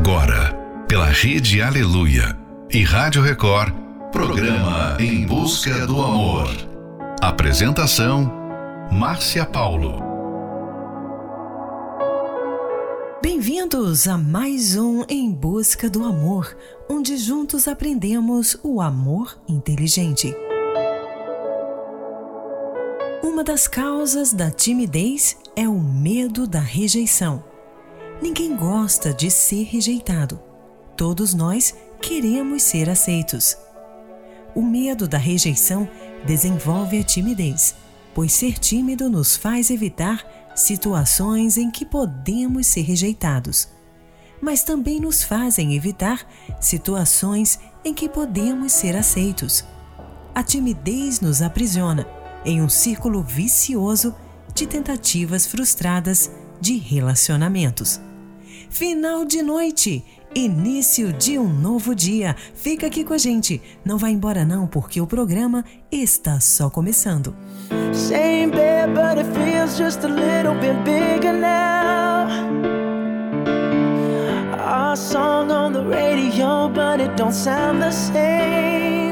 agora, pela Rede Aleluia e Rádio Record, programa Em Busca do Amor. Apresentação, Márcia Paulo. Bem-vindos a mais um Em Busca do Amor, onde juntos aprendemos o amor inteligente. Uma das causas da timidez é o medo da rejeição. Ninguém gosta de ser rejeitado. Todos nós queremos ser aceitos. O medo da rejeição desenvolve a timidez, pois ser tímido nos faz evitar situações em que podemos ser rejeitados, mas também nos fazem evitar situações em que podemos ser aceitos. A timidez nos aprisiona em um círculo vicioso de tentativas frustradas de relacionamentos. Final de noite, início de um novo dia. Fica aqui com a gente, não vai embora não, porque o programa está só começando. Same bed, but it feels just a little bit bigger now. Our song on the radio, but it don't sound the same.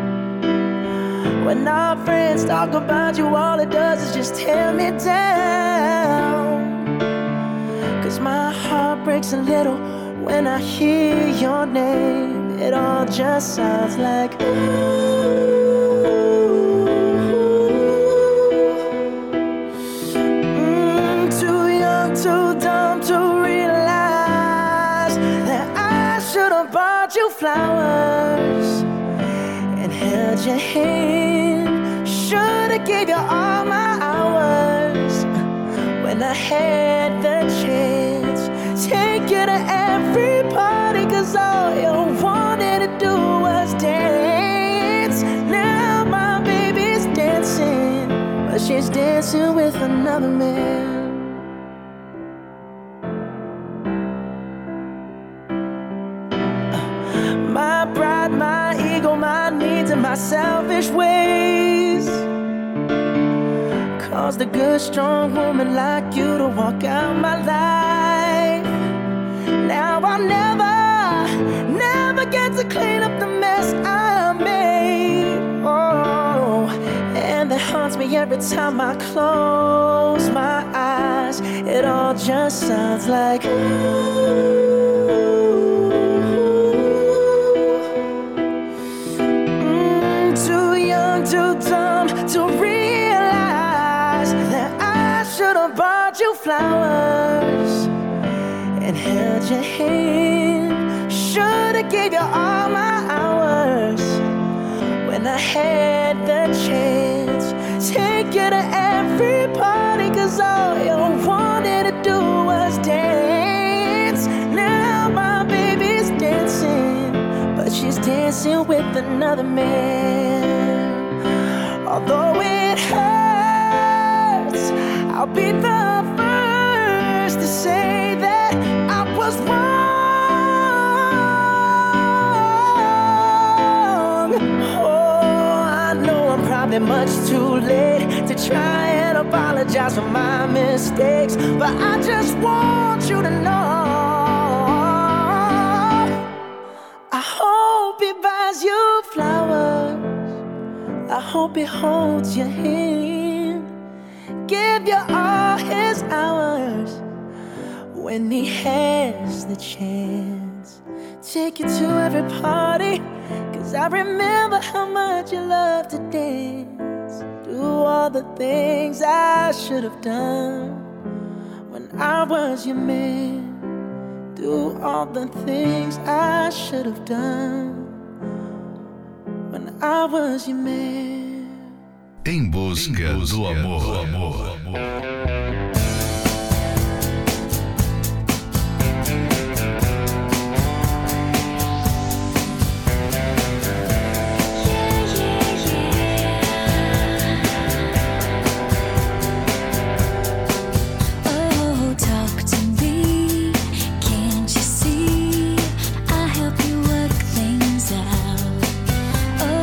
When our friends talk about you, all it does is just tear me down. 'Cause my heart breaks a little when I hear your name. It all just sounds like ooh. Too young, too dumb to realize that I should have bought you flowers and held your hand. Should have gave you all my hours when I had the chance. Take you to every party, 'cause all you wanted to do was dance. Now my baby's dancing, but she's dancing with another man. My pride, my ego, my needs and my selfish ways caused a good, strong woman like you to walk out my life. Now I'll never get to clean up the mess I made. Oh, and that haunts me every time I close my eyes. It all just sounds like ooh. Too young, too dumb to realize that I should have bought you flowers and held your hand. Should've gave you all my hours when I had the chance. Take you to every party, 'cause all you wanted to do was dance. Now my baby's dancing, but she's dancing with another man. Although it hurts, I'll be the first to say that I was wrong. Oh, I know I'm probably much too late to try and apologize for my mistakes, but I just want you to know I hope he buys you flowers. I hope he holds your hand, give you all his hours when he has the chance. Take you to every party, 'cause I remember how much you love to dance. Do all the things I should have done when I was your man. Do all the things I should have done when I was your man. Em busca do amor.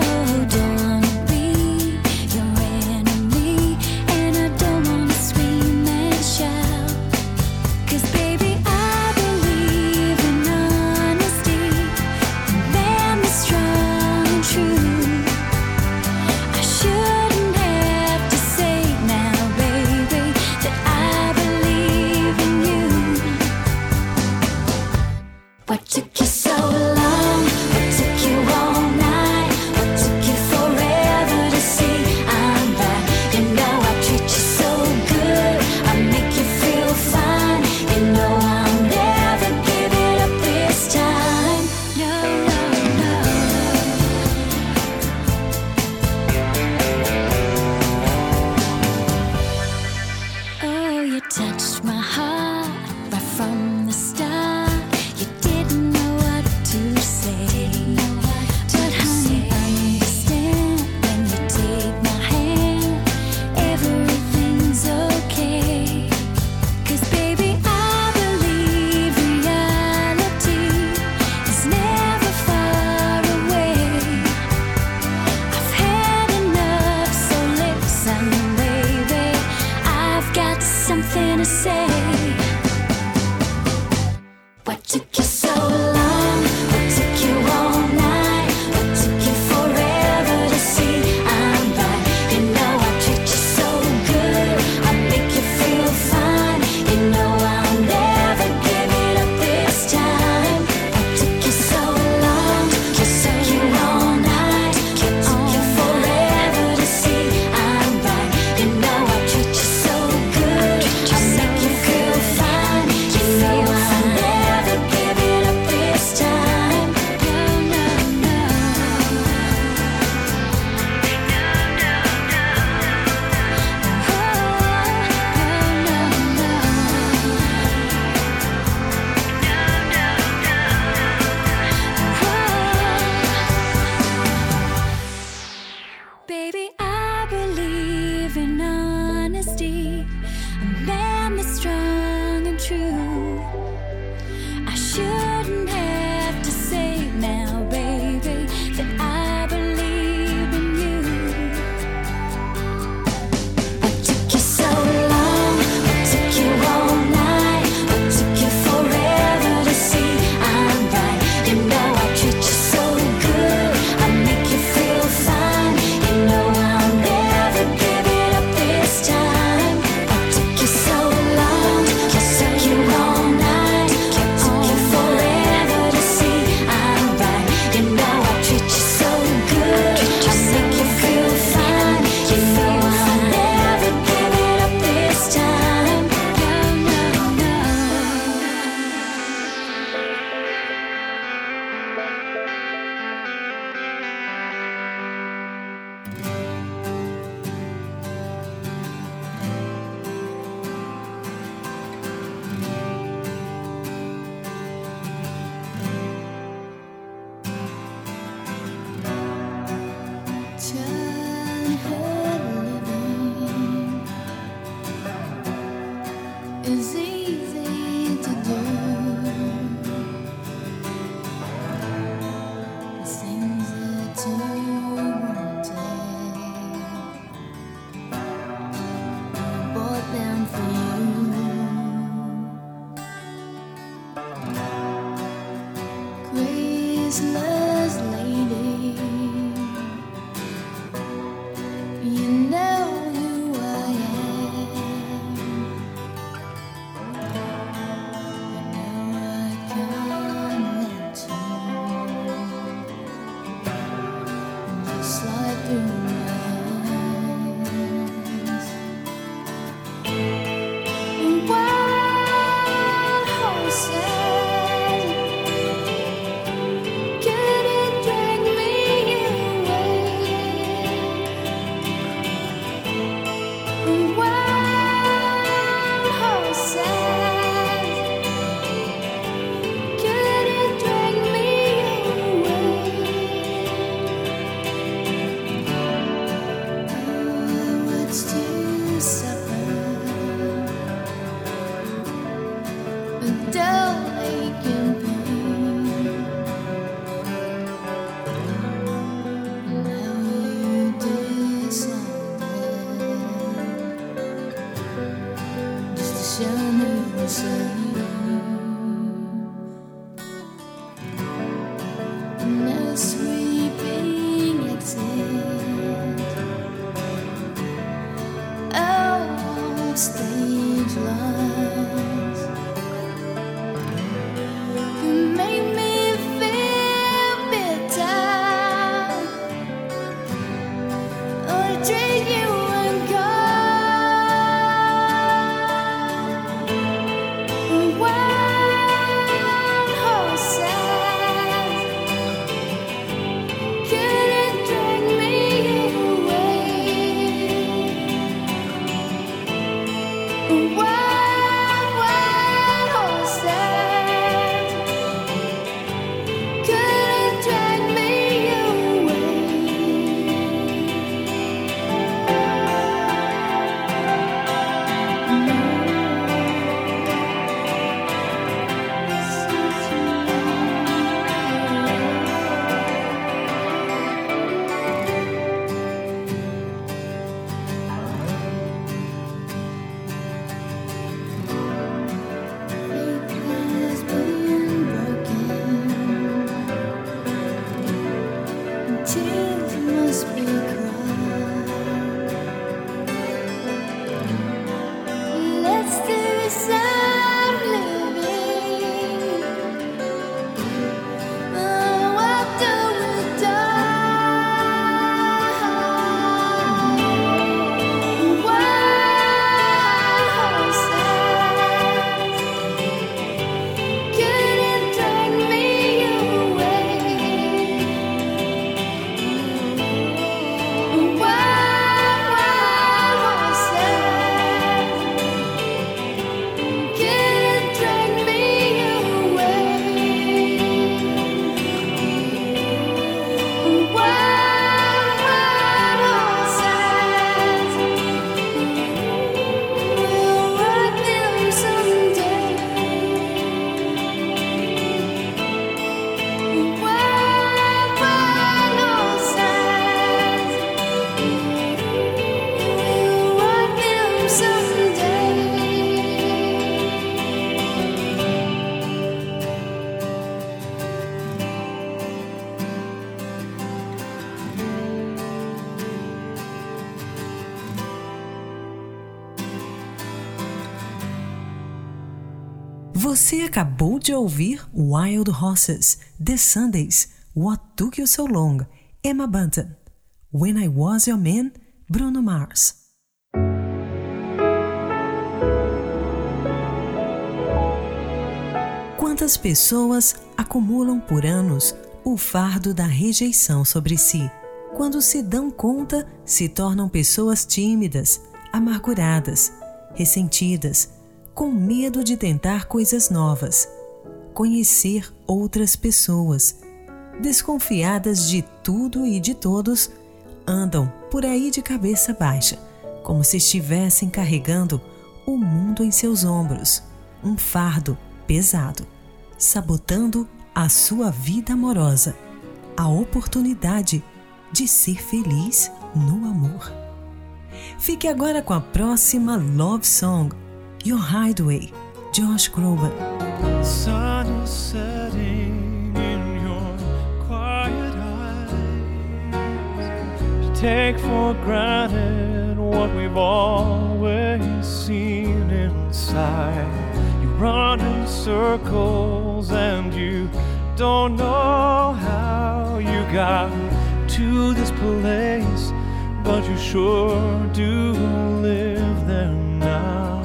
Don't wanna be your enemy, and I don't wanna swing Stage lights Você acabou de ouvir Wild Horses, The Sundays, What Took You So Long, Emma Bunton. When I Was Your Man, Bruno Mars. Quantas pessoas acumulam por anos o fardo da rejeição sobre si? Quando se dão conta, se tornam pessoas tímidas, amarguradas, ressentidas, com medo de tentar coisas novas, conhecer outras pessoas, desconfiadas de tudo e de todos, andam por aí de cabeça baixa, como se estivessem carregando o mundo em seus ombros, um fardo pesado, sabotando a sua vida amorosa, a oportunidade de ser feliz no amor. Fique agora com a próxima Love Song, Your Hideaway, Josh Groban. The sun is setting in your quiet eyes. You take for granted what we've always seen inside. You run in circles and you don't know how you got to this place, but you sure do live there now.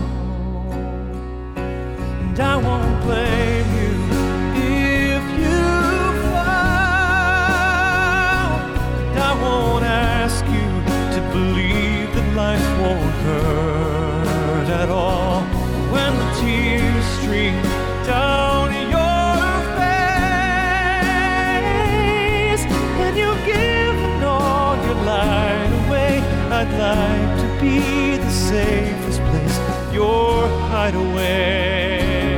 And I won't blame you if you fall, and I won't ask you to believe that life won't hurt at all. When the tears stream down your face and you've given all your light away, I'd like to be the safest place, your hideaway.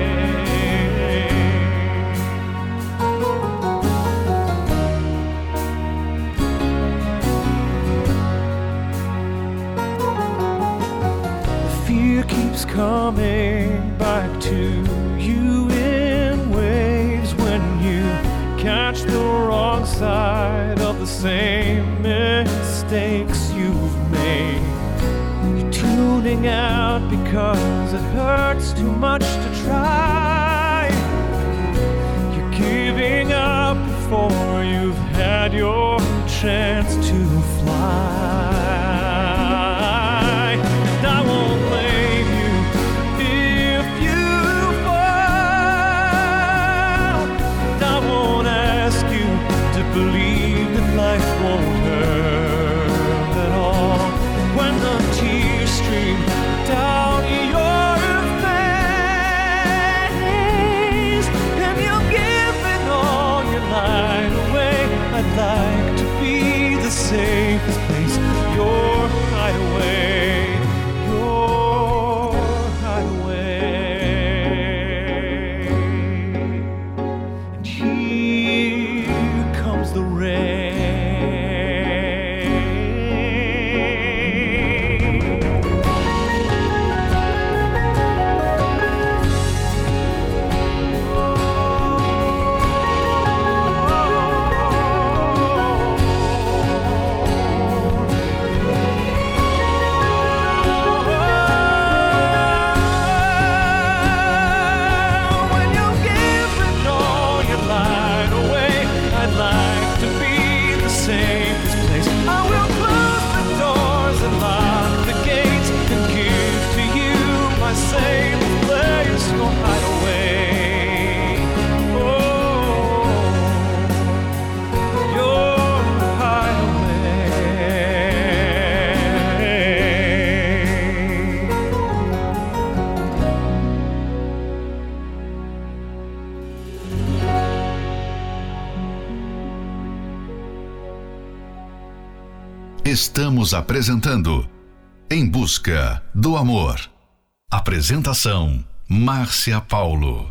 The fear keeps coming back to you in waves when you catch the wrong side of the same mistakes you've made. You're tuning out because it hurts too much to try. You're giving up before you've had your chance to fly. And I won't blame you if you fall, and I won't ask you to believe that life won't hurt at all. When the tears stream down your face and you're giving all your light away, I'd like to be the safest place, your hideaway, your hideaway. And here comes the rain. When you've given all your light away, I'd like to be the safest place. I will close the doors and lock the gates and give to you my safe place, your hideaway. Oh, your hideaway. Estamos apresentando Em Busca do Amor. Apresentação: Márcia Paulo.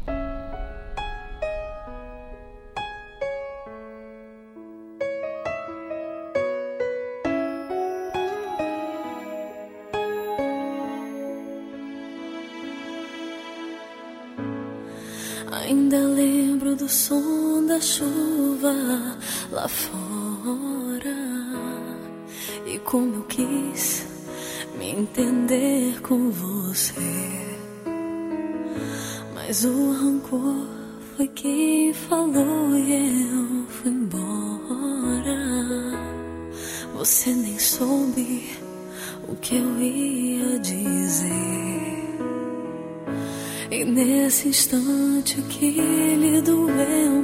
Ainda lembro do som da chuva lá fora e como eu quis me entender com você. Mas o rancor foi quem falou e eu fui embora. Você nem soube o que eu ia dizer. E nesse instante que lhe doeu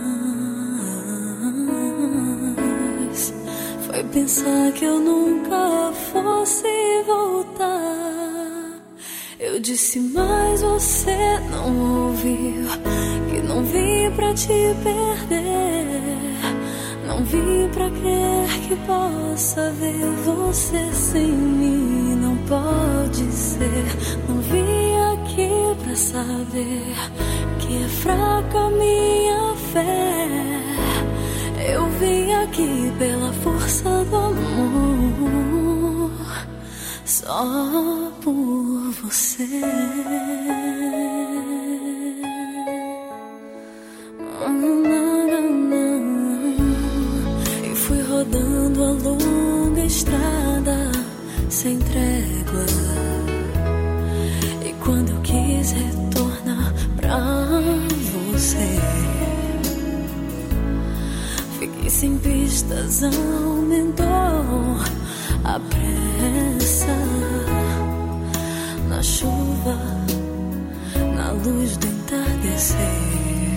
mais, foi pensar que eu nunca fosse voltar. Eu disse, mas você não ouviu, que não vim pra te perder. Não vim pra crer que possa ver você sem mim. Não pode ser. Não vim aqui pra saber que é fraca minha fé. Eu vim aqui pela força do amor, só por você. E fui rodando a longa estrada sem trégua. E quando eu quis retornar pra você, fiquei sem pistas, aumentou a pressa. Na chuva, na luz do entardecer,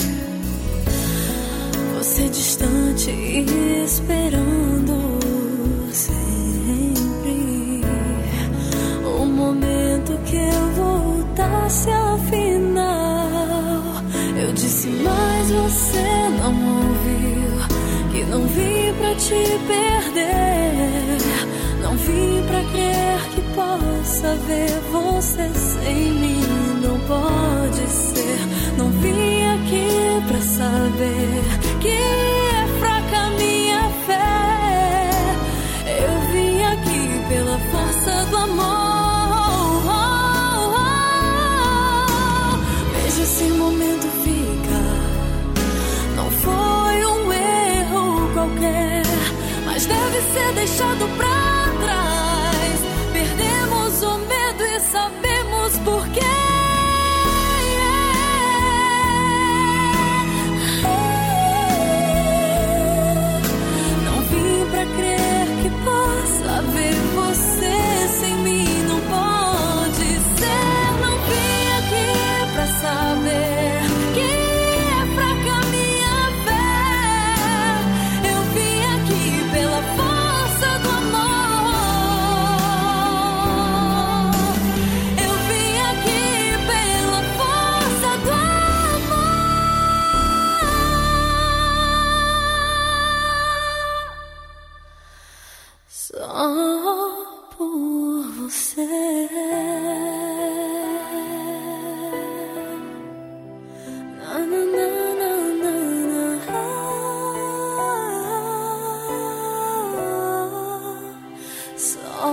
você distante e esperando sempre o momento que eu voltasse afinal. Eu disse, mas você não ouviu, que não vim pra te perder. Não vim pra crer que possa ver você sem mim. Não pode ser. Não vim aqui pra saber que é fraca minha fé. Eu vim aqui pela força do amor. Veja se o momento fica. Não foi um erro qualquer, mas deve ser deixado pra trás. Perdemos o medo e sabemos por quê. Não vim pra crer que possa ver você sem mim. Não pode ser. Não vim aqui pra saber que é fraca minha fé. Eu vim aqui pela força do amor. Eu vim aqui pela força do amor, só por você. Na, na, na, na, na, na. Só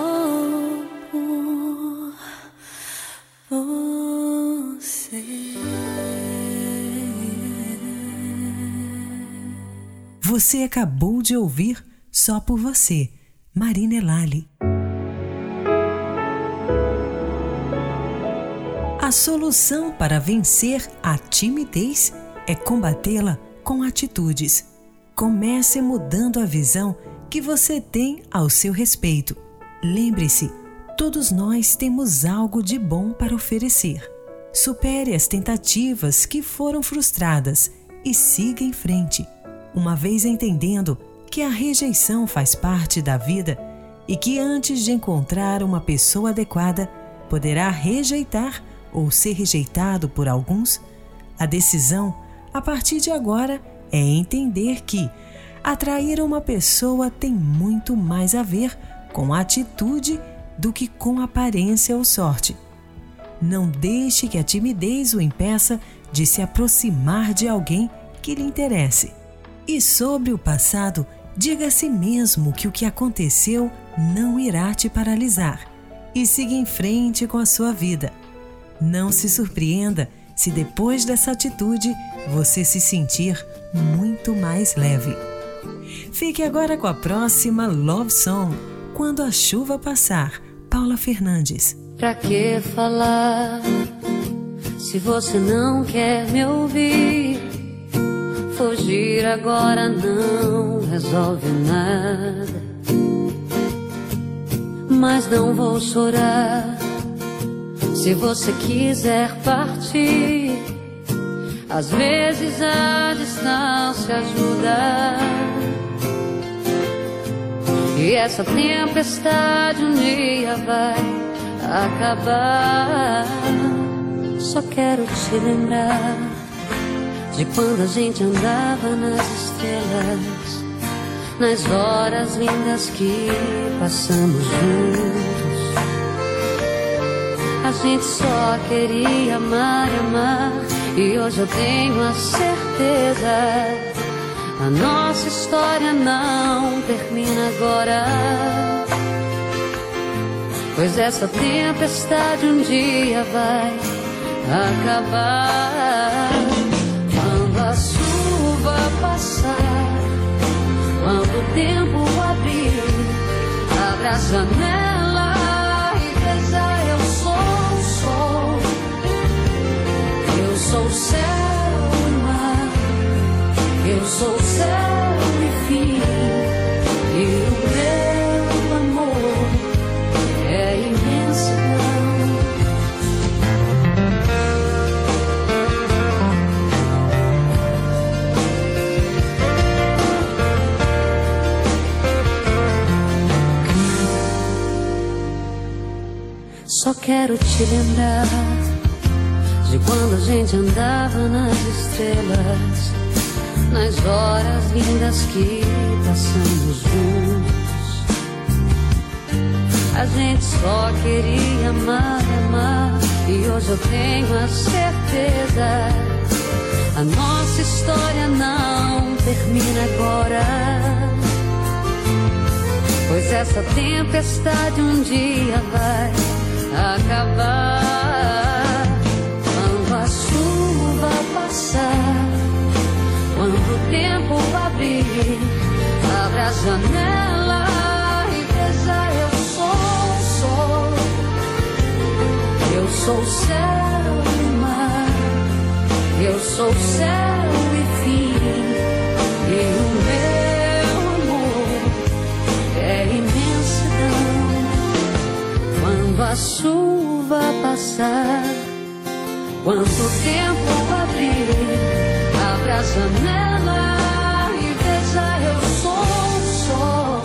por você. Você acabou de ouvir Só por Você, Marina Elali. A solução para vencer a timidez é combatê-la com atitudes. Comece mudando a visão que você tem ao seu respeito. Lembre-se, todos nós temos algo de bom para oferecer. Supere as tentativas que foram frustradas e siga em frente, uma vez entendendo que a rejeição faz parte da vida e que antes de encontrar uma pessoa adequada, poderá rejeitar ou ser rejeitado por alguns. A decisão, a partir de agora, é entender que atrair uma pessoa tem muito mais a ver com atitude do que com aparência ou sorte. Não deixe que a timidez o impeça de se aproximar de alguém que lhe interesse. E sobre o passado, diga a si mesmo que o que aconteceu não irá te paralisar e siga em frente com a sua vida. Não se surpreenda se depois dessa atitude você se sentir muito mais leve. Fique agora com a próxima Love Song, Quando a Chuva Passar, Paula Fernandes. Pra que falar Se você não quer me ouvir, fugir agora não resolve nada. Mas não vou chorar. Se você quiser partir, às vezes a distância ajuda. E essa tempestade um dia vai acabar. Só quero te lembrar de quando a gente andava nas estrelas, nas horas lindas que passamos juntos. A gente só queria amar e amar, e hoje eu tenho a certeza, a nossa história não termina agora. Pois essa tempestade um dia vai acabar. Quando a chuva passar, quando o tempo abrir, abra a janela e veja, eu sou o sol, eu sou o céu e mar, eu sou o céu e fim, e o meu amor é imensidão. Só quero te lembrar de quando a gente andava nas estrelas, nas horas lindas que passamos juntos. A gente só queria amar, amar, e hoje eu tenho a certeza, a nossa história não termina agora. Pois essa tempestade um dia vai acabar. Quando a chuva passar, quando o tempo abrir, abra a janela e veja, eu sou o sol, eu sou o céu e mar, eu sou o céu e fim, e o meu amor é imensidão. Quando a chuva passar, quando o tempo abrir, abra a janela e veja, eu sou o sol,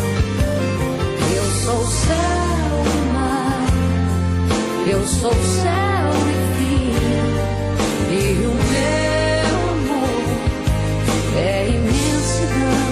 eu sou o céu e mar, eu sou o céu e fim, e o meu amor é imensidão.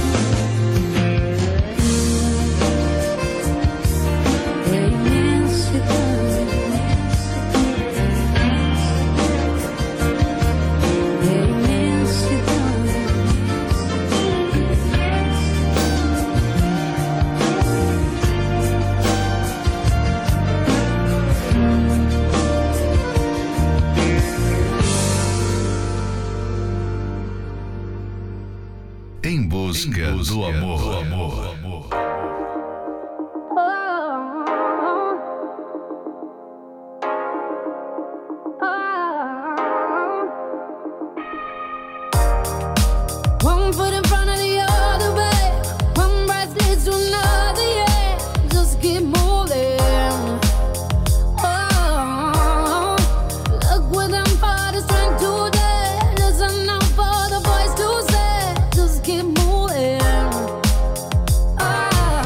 Em busca do amor. One foot in front of the other way, one breath leads to another, yeah. Just keep moving. Oh, look what them fathers trying to do. Listen out for the voice to say, just keep moving. Oh,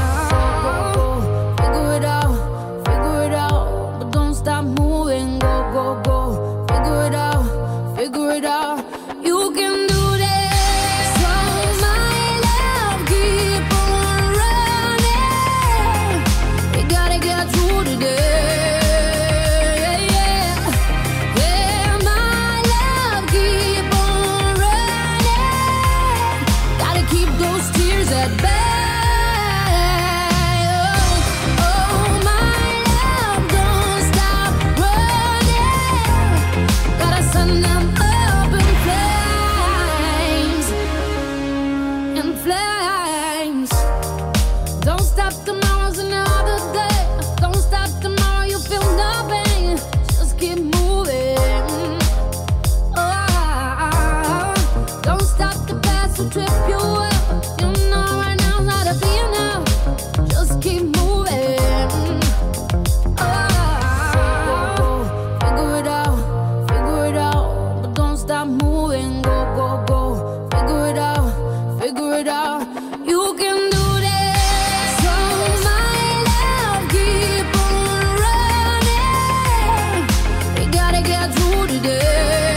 stop moving. Go, go, go. Figure it out, figure it out. You can do this. So my love, keep on running. We gotta get through today.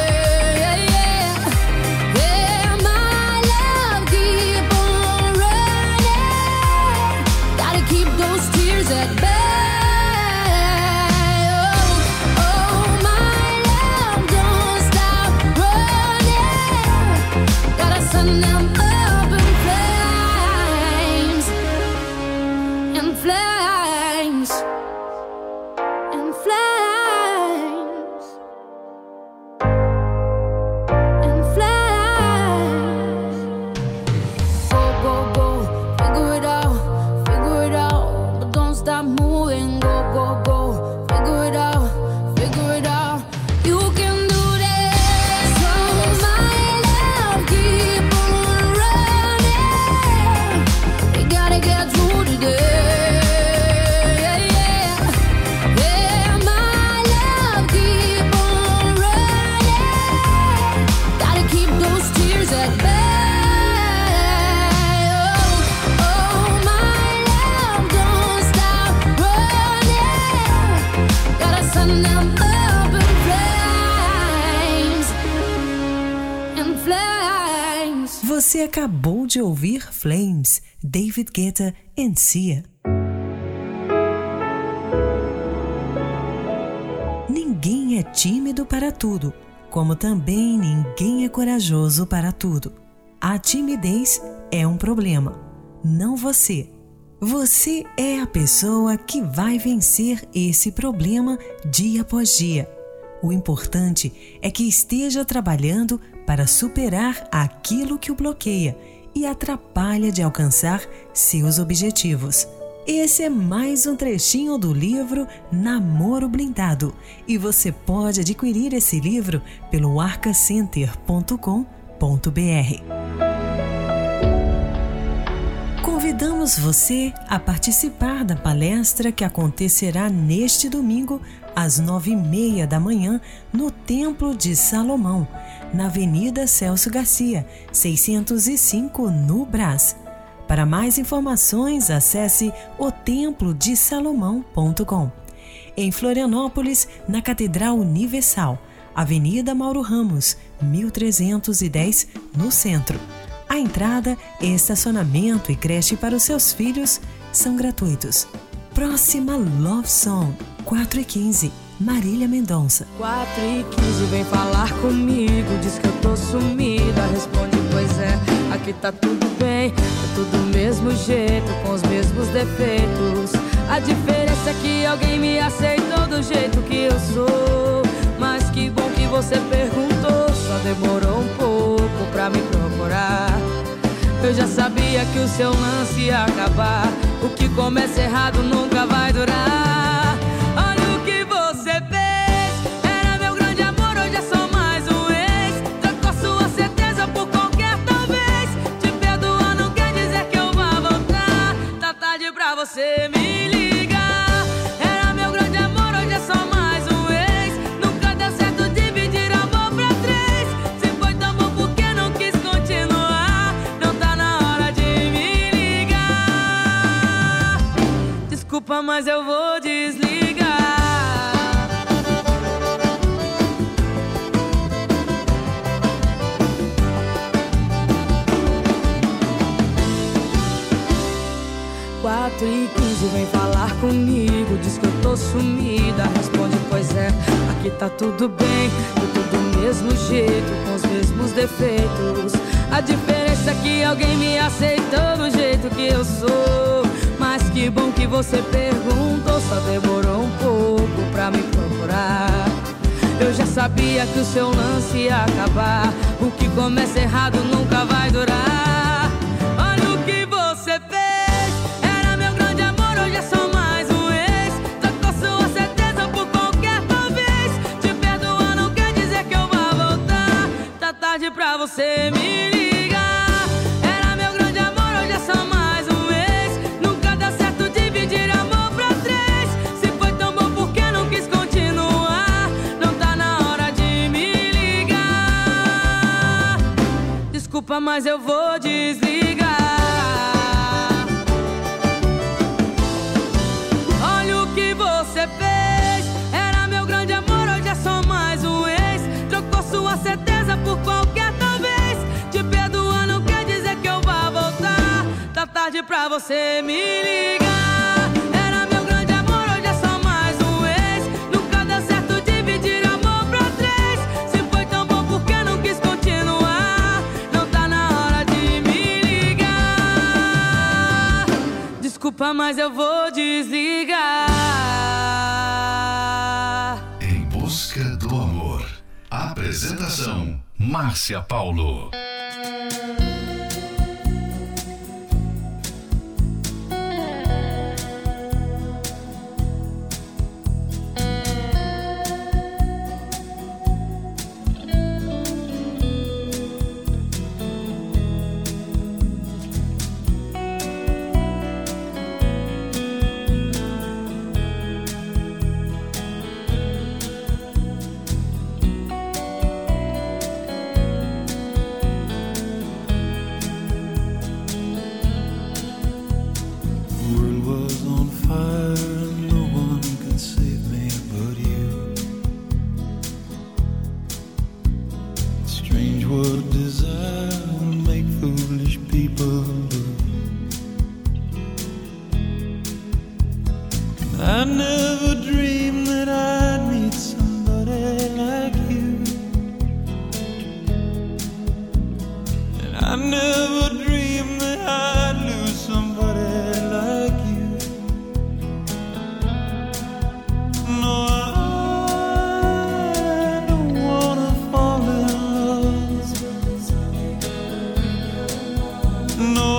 Yeah, my love, keep on running. Gotta keep those tears at bay. Sun them up in flames, in flames, in flames, in flames. Go, go, go, figure it out, but don't stop moving. Go, go, go, figure it out, you can do this. So my love, keep on running. We gotta get through today. Yeah, my love, keep on running. Gotta keep those tears at bay. Oh, my love, don't stop running. Gotta send them up in flames, in flames. Você acabou de ouvir Flames, David Guetta e Sia. Ninguém é tímido para tudo, como também ninguém é corajoso para tudo. A timidez é um problema, não você. Você é a pessoa que vai vencer esse problema dia após dia. O importante é que esteja trabalhando para superar aquilo que o bloqueia e atrapalha de alcançar seus objetivos. Esse é mais um trechinho do livro Namoro Blindado e você pode adquirir esse livro pelo arcacenter.com.br. Convidamos você a participar da palestra que acontecerá neste domingo às 9h30 da manhã no Templo de Salomão, na Avenida Celso Garcia, 605, no Brás. Para mais informações, acesse otemplodesalomão.com. Em Florianópolis, na Catedral Universal, Avenida Mauro Ramos, 1310, no centro. A entrada, estacionamento e creche para os seus filhos são gratuitos. Próxima Love Song, 4h15, Marília Mendonça. 4h15, vem falar comigo, diz que eu tô sumida, responde, pois é, aqui tá tudo bem, tá tudo do mesmo jeito, com os mesmos defeitos. A diferença é que alguém me aceitou do jeito que eu sou. Mas que bom que você perguntou, só demorou um pouco pra me procurar. Eu já sabia que o seu lance ia acabar, o que começa errado nunca vai durar. Olha o que você fez, era meu grande amor, hoje é só mais um ex. Trocou sua certeza por qualquer talvez. Te perdoar não quer dizer que eu vá voltar. Tá tarde pra você me ligar. Era meu grande amor, hoje é só mais um ex. Nunca deu certo dividir amor pra três. Se foi tão bom porque não quis continuar. Não tá na hora de me ligar. Desculpa, mas eu vou desligar. 4h15, vem falar comigo, diz que eu tô sumida, responde, pois é, aqui tá tudo bem, tudo do mesmo jeito, com os mesmos defeitos. A diferença é que alguém me aceitou do jeito que eu sou. Mas que bom que você perguntou, só demorou um pouco pra me procurar. Eu já sabia que o seu lance ia acabar, o que começa errado nunca vai durar. Olha o que você fez, era meu grande amor, hoje é só mais um ex. Trocou sua certeza por qualquer talvez. Te perdoar não quer dizer que eu vá voltar. Tá tarde pra você me ligar. Era meu grande amor, hoje é só mais um ex. Nunca dá certo dividir amor pra três. Se foi tão bom porque não quis continuar. Não tá na hora de me ligar. Desculpa, mas eu vou desligar. Olha o que você fez. Era meu grande amor, hoje é só mais um ex. Trocou sua certeza por qualquer talvez. Te perdoar não quer dizer que eu vá voltar. Tá tarde pra você me ligar. Era meu grande amor, hoje é só mais um ex. Nunca deu certo dividir amor pra três. Se foi tão bom, por que não quis continuar? Não tá na hora de me ligar. Desculpa, mas eu vou desligar. Em Busca do Amor. Apresentação: Márcia Paulo. I never dreamed that I'd meet somebody like you, and I never dreamed that I'd lose somebody like you. No, I don't wanna fall in love. No,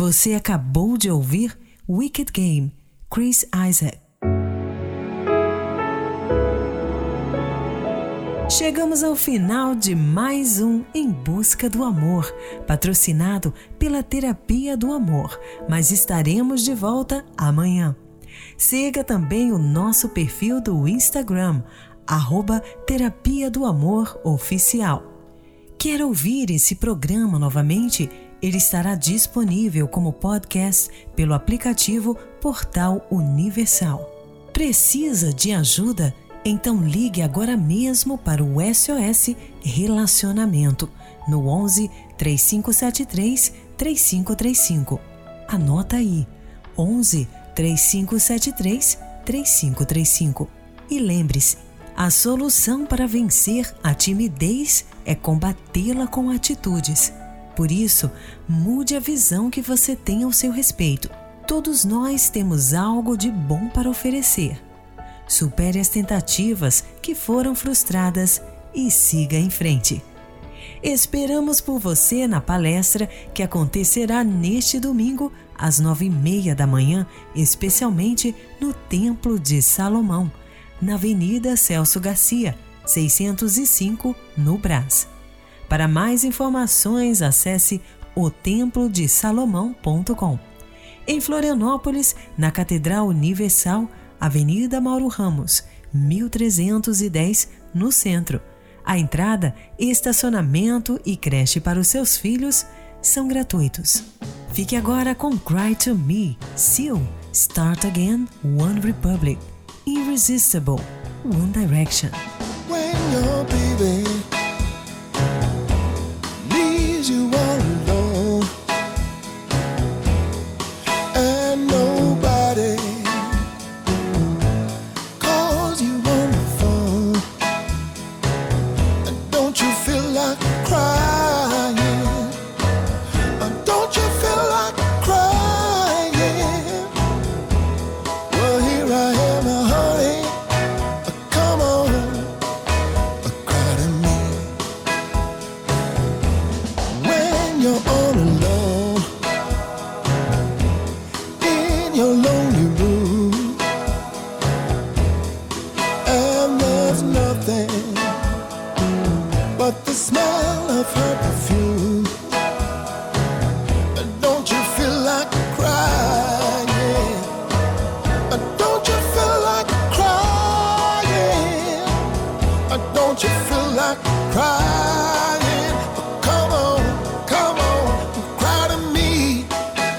Você acabou de ouvir Wicked Game, Chris Isaak. Chegamos ao final de mais um Em Busca do Amor, patrocinado pela Terapia do Amor, mas estaremos de volta amanhã. Siga também o nosso perfil do Instagram, @Terapia do Amor Oficial. Quer ouvir esse programa novamente? Ele estará disponível como podcast pelo aplicativo Portal Universal. Precisa de ajuda? Então ligue agora mesmo para o SOS Relacionamento no 11 3573 3535. Anota aí, 11 3573 3535. E lembre-se, a solução para vencer a timidez é combatê-la com atitudes. Por isso, mude a visão que você tem ao seu respeito. Todos nós temos algo de bom para oferecer. Supere as tentativas que foram frustradas e siga em frente. Esperamos por você na palestra que acontecerá neste domingo às 9h30 da manhã, especialmente no Templo de Salomão, na Avenida Celso Garcia, 605, no Brás. Para mais informações, acesse otemplodesalomão.com. Em Florianópolis, na Catedral Universal, Avenida Mauro Ramos, 1310, no centro. A entrada, estacionamento e creche para os seus filhos são gratuitos. Fique agora com Cry to Me, Seal, Start Again, One Republic, Irresistible, One Direction. When your baby leaves you all alone and nobody calls you on the phone, and don't you feel like crying? Don't you feel like crying? Well, here I am, honey. Come on, cry to me. When you're all alone in your lonely room, and there's nothing but the smell of her perfume. Don't you feel like crying? Don't you feel like crying? Don't you feel like crying? Come on, cry to me.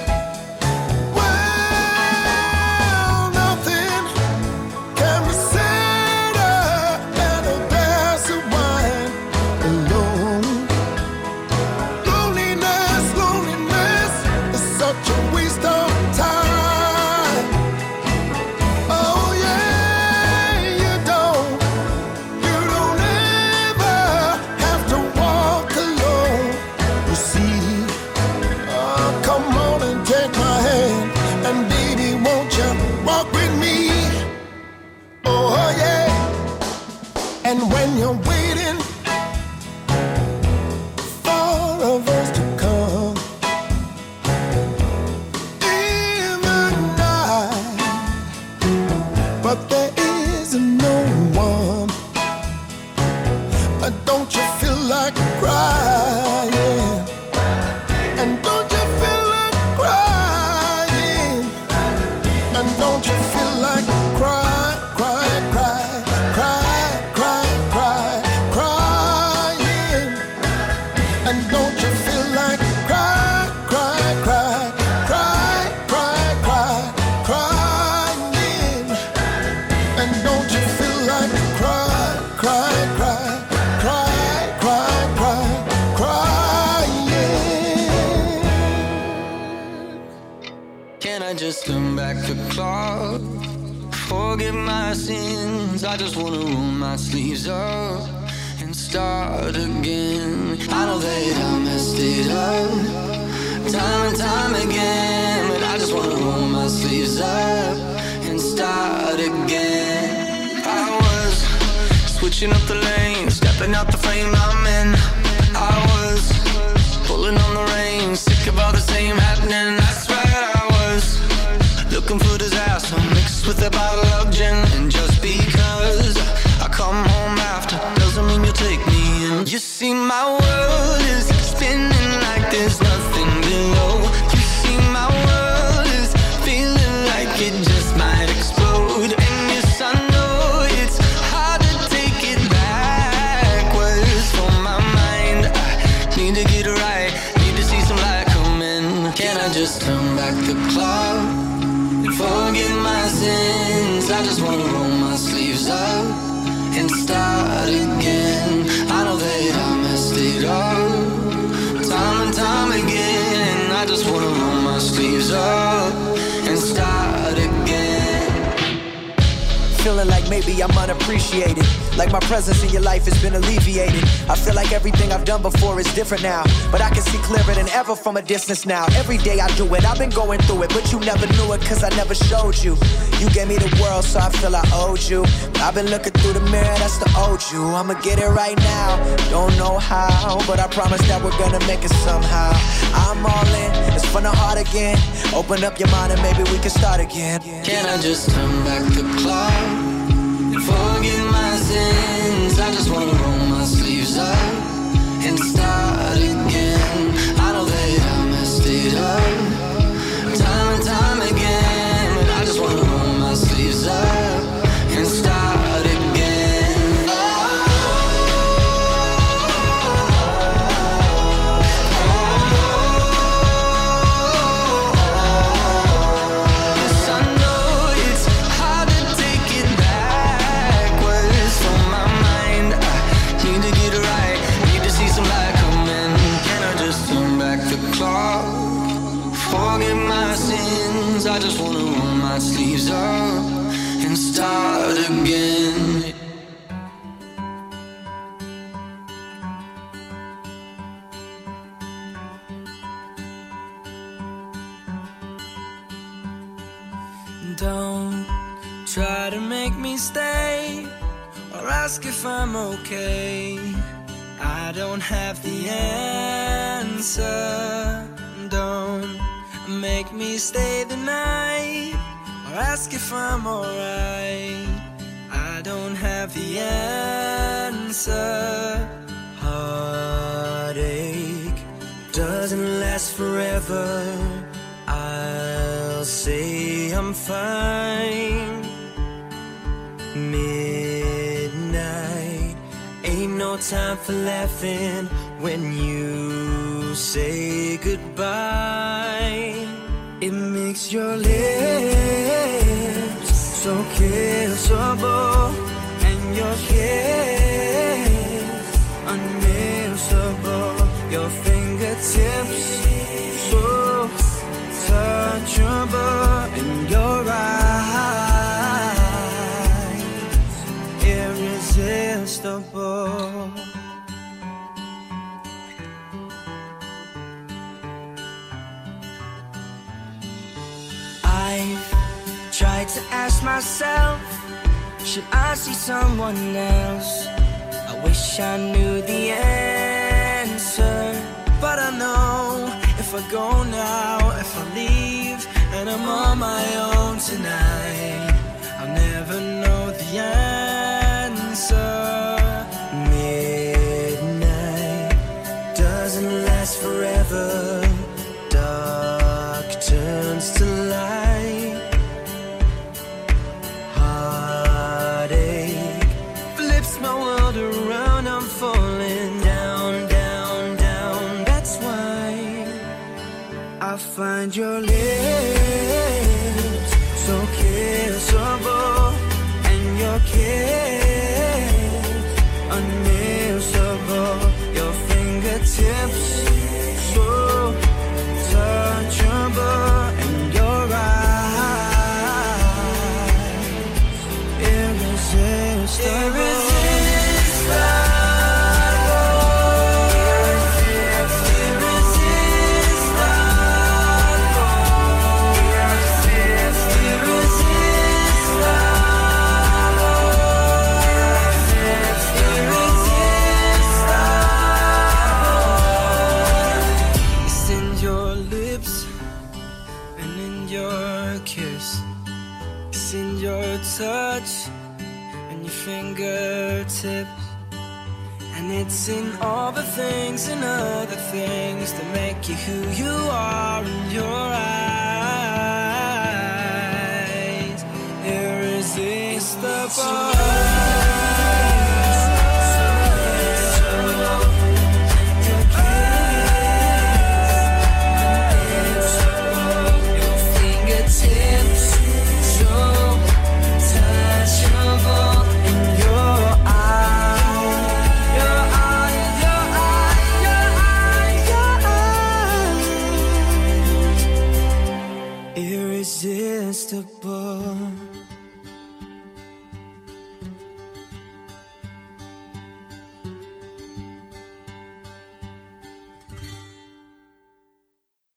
Well, nothing can be sadder than a glass of wine alone. Loneliness is such a waste of time. Oh yeah, you don't ever have to walk alone. You see, oh, come on and take my hand, and baby, won't you walk with me? Oh yeah, and when you're waiting for a verse to come in the night, but there is no one. Don't you feel like crying? And don't you feel like crying? And don't you feel like crying? And don't you feel like crying? And don't you feel like crying? Can I just turn back the clock? Forgive my sins. I just wanna roll my sleeves up and start again. I know that I messed it up time and time again, but I just wanna roll my sleeves up and start again. I was switching up the lanes, stepping out the frame I'm in. I was pulling on the reins, sick of all the same happening. a bottle of gin. And just because I come home after doesn't mean you take me in. You see my world is spinning like there's nothing below. You see my world is feeling like it just might explode. And yes, I know it's hard to take it backwards for my mind. I need to get it right, need to see some light come in. Can I just turn back the clock and forget my sins? I just wanna roll my sleeves up and start again. I know that I messed it up time and time again. I just wanna roll my sleeves up and start again. Feeling like maybe I'm unappreciated, like my presence in your life has been alleviated. I feel like everything I've done before is different now, but I can see clearer than ever from a distance now. Every day I do it, I've been going through it, but you never knew it cause I never showed you. You gave me the world so I feel I owed you. I've been looking through the mirror, that's the old you. I'ma get it right now, don't know how, but I promise that we're gonna make it somehow. I'm all in, it's from the heart again. Open up your mind and maybe we can start again. Can I just turn back the clock and forget my sins? I just wanna roll my sleeves up and start again. I know that I messed it up time and time again, but I just wanna roll my sleeves up and start again. Yes, I know it's hard to take it backwards from my mind. I need to get it right, need to see some light come in. Can I just turn back the clock, forget my sins? I just wanna roll my sleeves up and start again. Don't try to make me stay or ask if I'm okay. I don't have the answer. Don't make me stay the night or ask if I'm alright. I don't have the answer. Heartache doesn't last forever. I'll say I'm fine. Midnight ain't no time for laughing when you say goodbye. It makes your lips so kissable and your kiss unmissable. Your fingertips so touchable and your eyes irresistible. I've tried to ask myself, should I see someone else? I wish I knew the answer, but I know if I go now, if I leave, and I'm on my own tonight, I'll never know the answer. Midnight doesn't last forever. Dark turns to light. Heartache flips my world around. I'm falling down, down, down. That's why I find your lips so kissable and your kiss unmissable. Your fingertips so touchable and your eyes irresistible. It's in all the things and other things that make you who you